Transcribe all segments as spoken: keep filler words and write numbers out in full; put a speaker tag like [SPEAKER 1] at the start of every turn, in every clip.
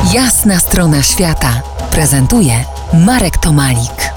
[SPEAKER 1] Jasna strona świata prezentuje Marek Tomalik.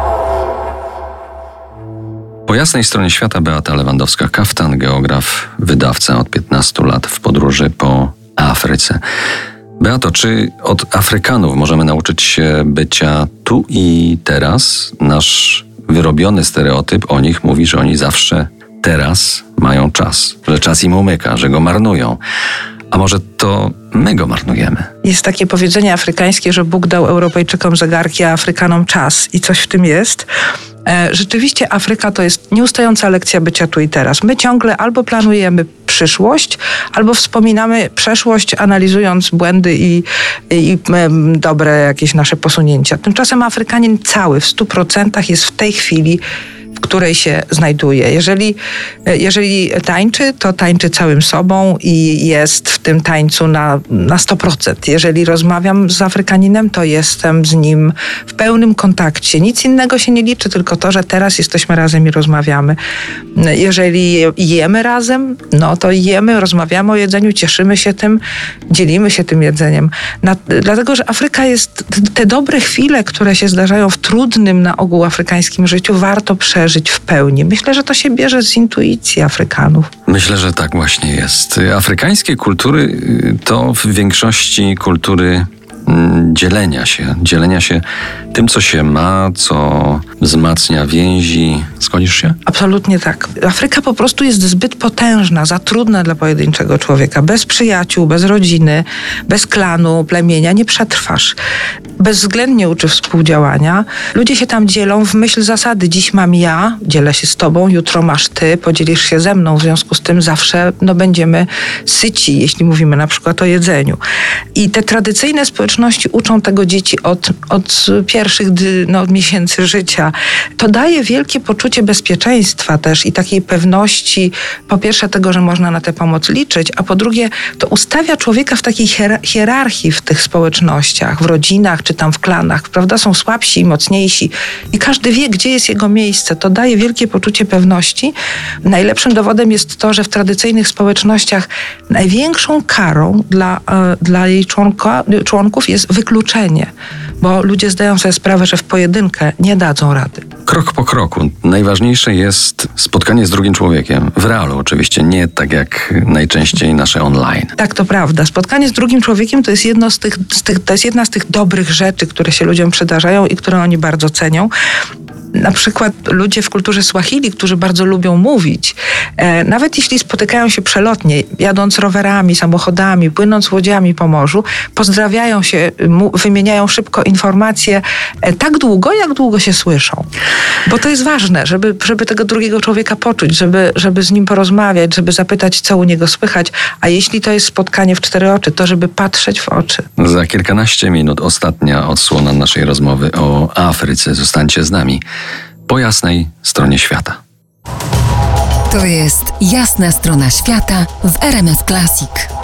[SPEAKER 2] Po jasnej stronie świata Beata Lewandowska-Kaftan, geograf, wydawca od piętnastu lat w podróży po Afryce. Beato, czy od Afrykanów możemy nauczyć się bycia tu i teraz? Nasz wyrobiony stereotyp o nich mówi, że oni zawsze teraz mają czas, że czas im umyka, że go marnują. A może to my go marnujemy?
[SPEAKER 3] Jest takie powiedzenie afrykańskie, że Bóg dał Europejczykom zegarki, a Afrykanom czas. I coś w tym jest. Rzeczywiście Afryka to jest nieustająca lekcja bycia tu i teraz. My ciągle albo planujemy przyszłość, albo wspominamy przeszłość, analizując błędy i, i dobre jakieś nasze posunięcia. Tymczasem Afrykanin cały w stu procentach jest w tej chwili, w której się znajduje. Jeżeli, jeżeli tańczy, to tańczy całym sobą i jest w tym tańcu na, na sto procent. Jeżeli rozmawiam z Afrykaninem, to jestem z nim w pełnym kontakcie. Nic innego się nie liczy, tylko to, że teraz jesteśmy razem i rozmawiamy. Jeżeli jemy razem, no to jemy, rozmawiamy o jedzeniu, cieszymy się tym, dzielimy się tym jedzeniem. Na, dlatego, że Afryka jest, te dobre chwile, które się zdarzają w trudnym na ogół afrykańskim życiu, warto przeżyć w pełni. Myślę, że to się bierze z intuicji Afrykanów.
[SPEAKER 2] Myślę, że tak właśnie jest. Afrykańskie kultury to w większości kultury dzielenia się. Dzielenia się tym, co się ma, co wzmacnia więzi. Zgodzisz się?
[SPEAKER 3] Absolutnie tak. Afryka po prostu jest zbyt potężna, za trudna dla pojedynczego człowieka. Bez przyjaciół, bez rodziny, bez klanu, plemienia nie przetrwasz. Bezwzględnie uczy współdziałania. Ludzie się tam dzielą w myśl zasady. Dziś mam ja, dzielę się z tobą, jutro masz ty, podzielisz się ze mną. W związku z tym zawsze no, będziemy syci, jeśli mówimy na przykład o jedzeniu. I te tradycyjne społeczności uczą tego dzieci od, od pierwszych no, miesięcy życia. To daje wielkie poczucie bezpieczeństwa też i takiej pewności, po pierwsze tego, że można na tę pomoc liczyć, a po drugie to ustawia człowieka w takiej hier- hierarchii w tych społecznościach, w rodzinach czy tam w klanach, prawda? Są słabsi i mocniejsi i każdy wie, gdzie jest jego miejsce. To daje wielkie poczucie pewności. Najlepszym dowodem jest to, że w tradycyjnych społecznościach największą karą dla, dla jej członka, członków jest wykluczenie, bo ludzie zdają sobie sprawę, że w pojedynkę nie dadzą rady.
[SPEAKER 2] Krok po kroku. Najważniejsze jest spotkanie z drugim człowiekiem. W realu oczywiście, nie tak jak najczęściej nasze online.
[SPEAKER 3] Tak, to prawda. Spotkanie z drugim człowiekiem to jest, jedno z tych, z tych, to jest jedna z tych dobrych rzeczy, które się ludziom przydarzają i które oni bardzo cenią. Na przykład ludzie w kulturze Swahili, którzy bardzo lubią mówić, e, nawet jeśli spotykają się przelotnie, jadąc rowerami, samochodami, płynąc łodziami po morzu, pozdrawiają się, mu, wymieniają szybko informacje e, tak długo, jak długo się słyszą. Bo to jest ważne, żeby, żeby tego drugiego człowieka poczuć, żeby, żeby z nim porozmawiać, żeby zapytać, co u niego słychać, a jeśli to jest spotkanie w cztery oczy, to żeby patrzeć w oczy.
[SPEAKER 2] Za kilkanaście minut ostatnia odsłona naszej rozmowy o Afryce. Zostańcie z nami po jasnej stronie świata.
[SPEAKER 1] To jest Jasna strona świata w R M F Classic.